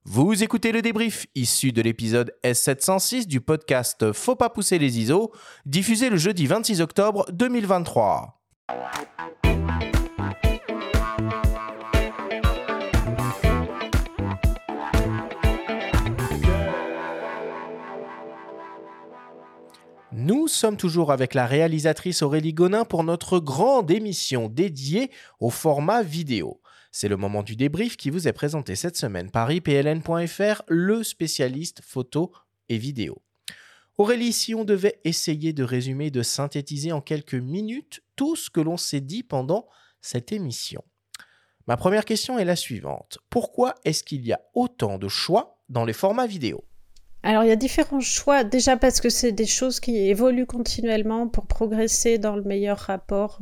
Vous écoutez le débrief issu de l'épisode S706 du podcast Faut pas pousser les ISO, diffusé le jeudi 26 octobre 2023. Nous sommes toujours avec la réalisatrice Aurélie Gonin pour notre grande émission dédiée au format vidéo. C'est le moment du débrief qui vous est présenté cette semaine par ipln.fr, le spécialiste photo et vidéo. Aurélie, si on devait essayer de résumer, de synthétiser en quelques minutes tout ce que l'on s'est dit pendant cette émission. Ma première question est la suivante. Pourquoi est-ce qu'il y a autant de choix dans les formats vidéo ? Alors, il y a différents choix, déjà parce que c'est des choses qui évoluent continuellement pour progresser dans le meilleur rapport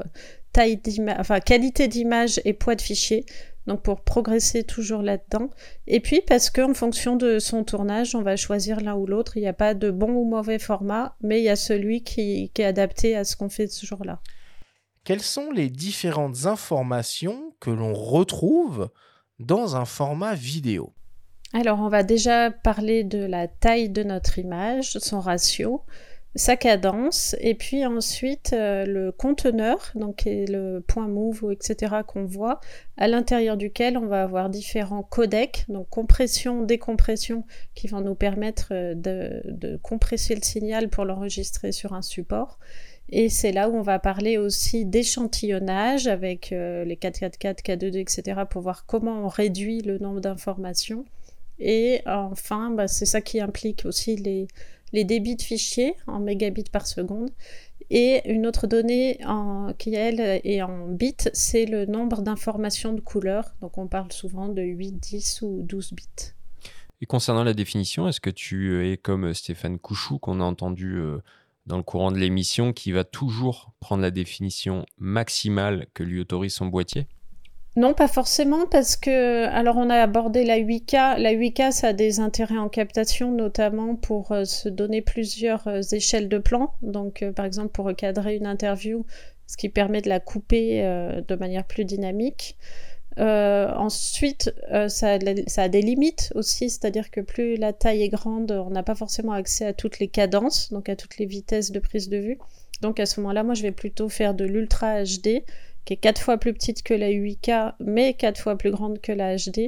qualité d'image et poids de fichier, donc pour progresser toujours là-dedans. Et puis parce qu'en fonction de son tournage, on va choisir l'un ou l'autre. Il n'y a pas de bon ou mauvais format, mais il y a celui qui est adapté à ce qu'on fait ce jour-là. Quelles sont les différentes informations que l'on retrouve dans un format vidéo ? Alors, on va déjà parler de la taille de notre image, son ratio, sa cadence, et puis ensuite le conteneur, donc qui est le point move, etc. qu'on voit, à l'intérieur duquel on va avoir différents codecs, donc compression, décompression, qui vont nous permettre de compresser le signal pour l'enregistrer sur un support. Et c'est là où on va parler aussi d'échantillonnage avec les 444, K2.2, etc. pour voir comment on réduit le nombre d'informations. Et enfin, c'est ça qui implique aussi les débits de fichiers en mégabits par seconde. Et une autre donnée qui, elle, est en bits, c'est le nombre d'informations de couleurs. Donc on parle souvent de 8, 10 ou 12 bits. Et concernant la définition, est-ce que tu es comme Stéphane Couchou, qu'on a entendu dans le courant de l'émission, qui va toujours prendre la définition maximale que lui autorise son boîtier ? Non, pas forcément, parce que, alors on a abordé la 8K. La 8K, ça a des intérêts en captation, notamment pour se donner plusieurs échelles de plan. Donc, par exemple, pour recadrer une interview, ce qui permet de la couper de manière plus dynamique. Ensuite, ça a des limites aussi, c'est-à-dire que plus la taille est grande, on n'a pas forcément accès à toutes les cadences, donc à toutes les vitesses de prise de vue. Donc, à ce moment-là, moi, je vais plutôt faire de l'Ultra HD, qui est 4 fois plus petite que la 8K, mais 4 fois plus grande que la HD,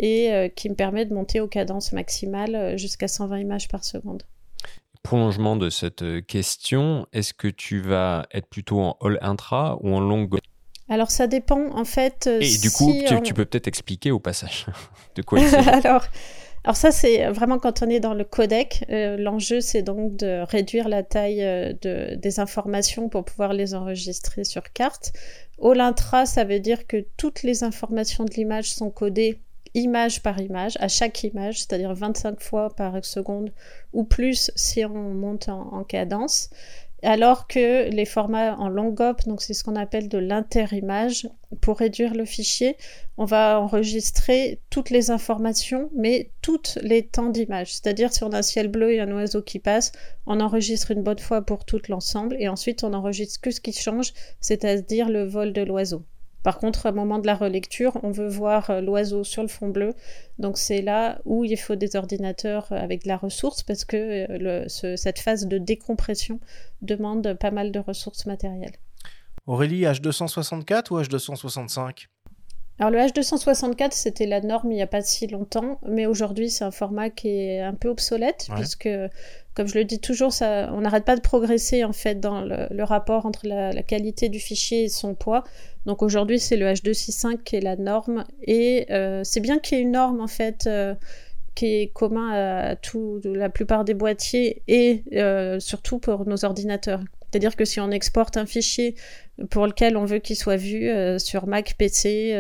et qui me permet de monter aux cadences maximales jusqu'à 120 images par seconde. Prolongement de cette question, est-ce que tu vas être plutôt en all intra ou en long? Alors ça dépend, en fait. Et du coup, tu peux peut-être expliquer au passage de quoi il s'agit. Alors ça, c'est vraiment quand on est dans le codec. L'enjeu, c'est donc de réduire la taille des informations pour pouvoir les enregistrer sur carte. All intra, ça veut dire que toutes les informations de l'image sont codées image par image, à chaque image, c'est-à-dire 25 fois par seconde ou plus si on monte en cadence. Alors que les formats en long op, donc c'est ce qu'on appelle de l'interimage, pour réduire le fichier, on va enregistrer toutes les informations, mais tous les temps d'image. C'est-à-dire si on a un ciel bleu et un oiseau qui passe, on enregistre une bonne fois pour tout l'ensemble, et ensuite on enregistre que ce qui change, c'est-à-dire le vol de l'oiseau. Par contre, au moment de la relecture, on veut voir l'oiseau sur le fond bleu. Donc c'est là où il faut des ordinateurs avec de la ressource parce que cette phase de décompression demande pas mal de ressources matérielles. Aurélie, H264 ou H265 ? Alors le H264, c'était la norme il n'y a pas si longtemps, mais aujourd'hui c'est un format qui est un peu obsolète, puisque, comme je le dis toujours, on n'arrête pas de progresser en fait dans le rapport entre la qualité du fichier et son poids. Donc aujourd'hui c'est le H265 qui est la norme, et c'est bien qu'il y ait une norme en fait qui est commun à la plupart des boîtiers et surtout pour nos ordinateurs. C'est-à-dire que si on exporte un fichier pour lequel on veut qu'il soit vu sur Mac, PC,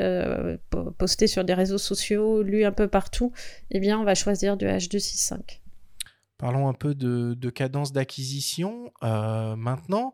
posté sur des réseaux sociaux, lu un peu partout, eh bien on va choisir du H265. Parlons un peu de cadence d'acquisition. Maintenant,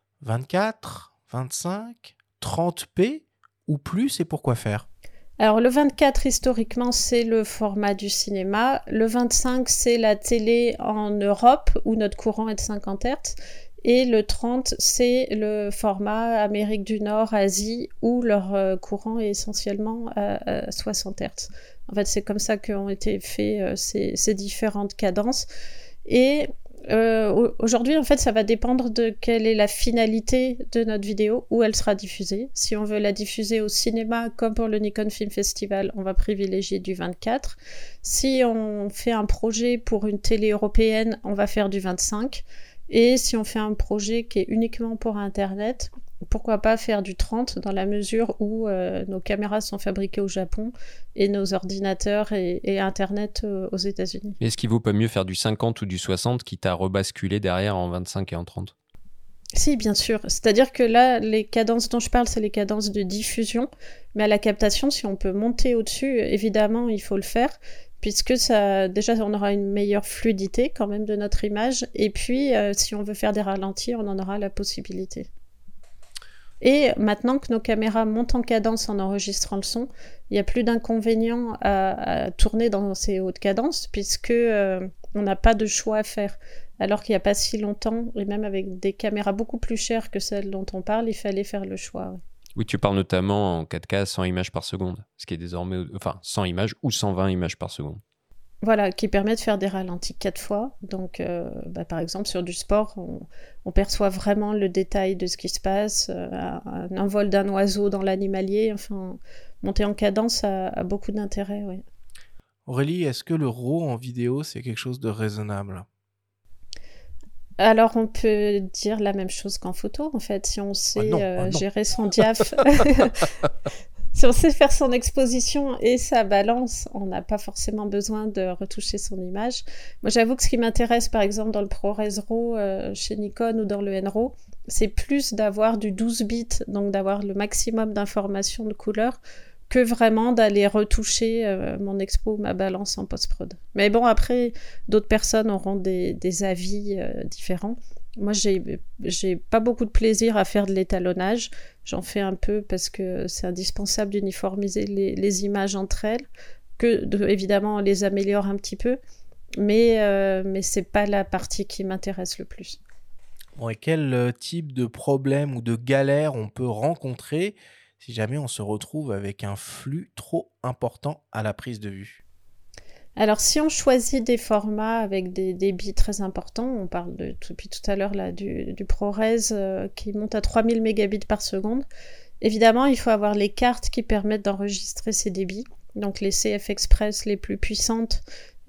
24, 25, 30p ou plus, et pourquoi faire ? Alors le 24 historiquement c'est le format du cinéma, le 25 c'est la télé en Europe où notre courant est de 50 Hz. Et le 30, c'est le format Amérique du Nord, Asie, où leur courant est essentiellement à 60 Hz. En fait, c'est comme ça qu'ont été faites ces différentes cadences. Et aujourd'hui, en fait, ça va dépendre de quelle est la finalité de notre vidéo, où elle sera diffusée. Si on veut la diffuser au cinéma, comme pour le Nikon Film Festival, on va privilégier du 24. Si on fait un projet pour une télé européenne, on va faire du 25. Et si on fait un projet qui est uniquement pour Internet, pourquoi pas faire du 30 dans la mesure où nos caméras sont fabriquées au Japon et nos ordinateurs et Internet aux États-Unis. Est-ce qu'il vaut pas mieux faire du 50 ou du 60 quitte à rebasculer derrière en 25 et en 30 ? Si, bien sûr. C'est-à-dire que là, les cadences dont je parle, c'est les cadences de diffusion. Mais à la captation, si on peut monter au-dessus, évidemment, il faut le faire. Puisque déjà, on aura une meilleure fluidité quand même de notre image. Et puis, si on veut faire des ralentis, on en aura la possibilité. Et maintenant que nos caméras montent en cadence en enregistrant le son, il n'y a plus d'inconvénient à tourner dans ces hautes cadences, puisque on n'a pas de choix à faire. Alors qu'il n'y a pas si longtemps, et même avec des caméras beaucoup plus chères que celles dont on parle, il fallait faire le choix. Ouais. Oui, tu parles notamment en 4K 100 images par seconde, ce qui est désormais... Enfin, 100 images ou 120 images par seconde. Voilà, qui permet de faire des ralentis 4 fois. Donc, par exemple, sur du sport, on perçoit vraiment le détail de ce qui se passe, un envol d'un oiseau dans l'animalier. Enfin, monter en cadence a beaucoup d'intérêt, oui. Aurélie, est-ce que le RAW en vidéo, c'est quelque chose de raisonnable ? Alors, on peut dire la même chose qu'en photo, en fait, si on sait gérer son diaph. Si on sait faire son exposition et sa balance, on n'a pas forcément besoin de retoucher son image. Moi, j'avoue que ce qui m'intéresse, par exemple, dans le ProRes RAW chez Nikon ou dans le NRAW, c'est plus d'avoir du 12 bits, donc d'avoir le maximum d'informations de couleurs, que vraiment d'aller retoucher mon expo ou ma balance en post-prod. Mais bon, après, d'autres personnes auront des avis différents. Moi, j'ai pas beaucoup de plaisir à faire de l'étalonnage. J'en fais un peu parce que c'est indispensable d'uniformiser les images entre elles, évidemment, on les améliore un petit peu, mais c'est pas la partie qui m'intéresse le plus. Bon, et quel type de problème ou de galère on peut rencontrer si jamais on se retrouve avec un flux trop important à la prise de vue ? Alors, si on choisit des formats avec des débits très importants, on parle depuis tout à l'heure là, du ProRes qui monte à 3000 mégabits par seconde, évidemment, il faut avoir les cartes qui permettent d'enregistrer ces débits, donc les CF Express les plus puissantes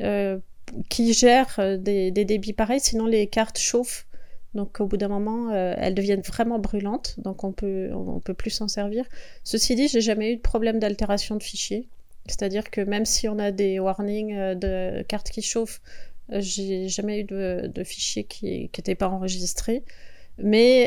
qui gèrent des débits pareils, sinon les cartes chauffent. Donc au bout d'un moment, elles deviennent vraiment brûlantes, donc on peut plus s'en servir. Ceci dit, j'ai jamais eu de problème d'altération de fichiers. C'est-à-dire que même si on a des warnings de cartes qui chauffent, j'ai jamais eu de fichiers qui n'étaient pas enregistrés. Mais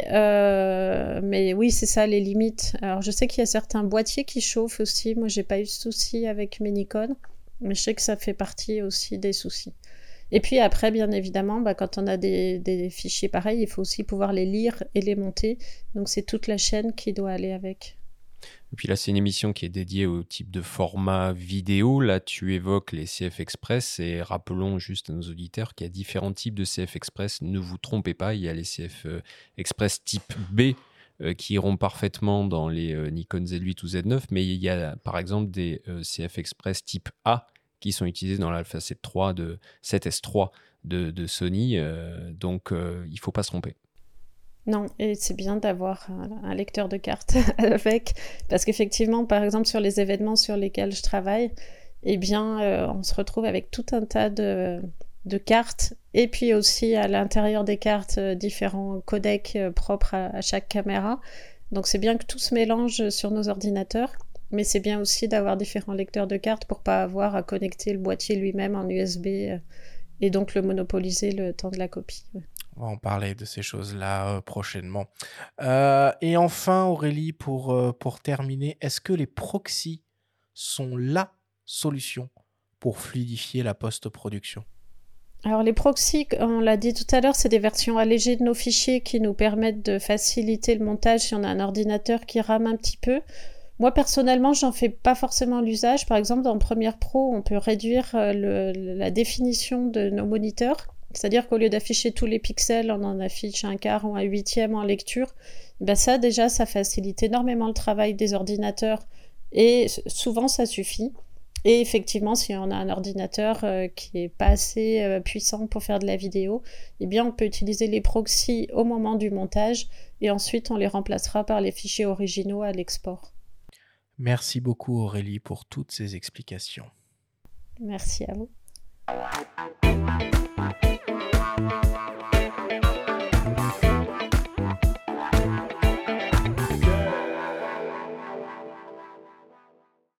oui, c'est ça les limites. Alors je sais qu'il y a certains boîtiers qui chauffent aussi. Moi, j'ai pas eu de soucis avec mes Nikon, mais je sais que ça fait partie aussi des soucis. Et puis après, bien évidemment, quand on a des fichiers pareils, il faut aussi pouvoir les lire et les monter. Donc c'est toute la chaîne qui doit aller avec. Et puis là, c'est une émission qui est dédiée au type de format vidéo. Là, tu évoques les CF Express et rappelons juste à nos auditeurs qu'il y a différents types de CF Express. Ne vous trompez pas, il y a les CF Express type B qui iront parfaitement dans les Nikon Z8 ou Z9, mais il y a par exemple des CF Express type A qui sont utilisés dans l'Alpha 7S3 de Sony. Donc, il ne faut pas se tromper. Non, et c'est bien d'avoir un lecteur de cartes avec, parce qu'effectivement, par exemple, sur les événements sur lesquels je travaille, eh bien, on se retrouve avec tout un tas de cartes, et puis aussi à l'intérieur des cartes, différents codecs propres à chaque caméra. Donc c'est bien que tout se mélange sur nos ordinateurs, mais c'est bien aussi d'avoir différents lecteurs de cartes pour pas avoir à connecter le boîtier lui-même en USB et donc le monopoliser le temps de la copie. On va en parler de ces choses-là prochainement. Et enfin, Aurélie, pour terminer, est-ce que les proxys sont la solution pour fluidifier la post-production ? Alors les proxys, on l'a dit tout à l'heure, c'est des versions allégées de nos fichiers qui nous permettent de faciliter le montage si on a un ordinateur qui rame un petit peu. Moi, personnellement, j'en fais pas forcément l'usage. Par exemple, dans Premiere Pro, on peut réduire la définition de nos moniteurs. C'est-à-dire qu'au lieu d'afficher tous les pixels, on en affiche un quart ou un huitième en lecture. Ça, déjà, ça facilite énormément le travail des ordinateurs et souvent, ça suffit. Et effectivement, si on a un ordinateur qui n'est pas assez puissant pour faire de la vidéo, eh bien, on peut utiliser les proxys au moment du montage et ensuite on les remplacera par les fichiers originaux à l'export. Merci beaucoup Aurélie pour toutes ces explications. Merci à vous.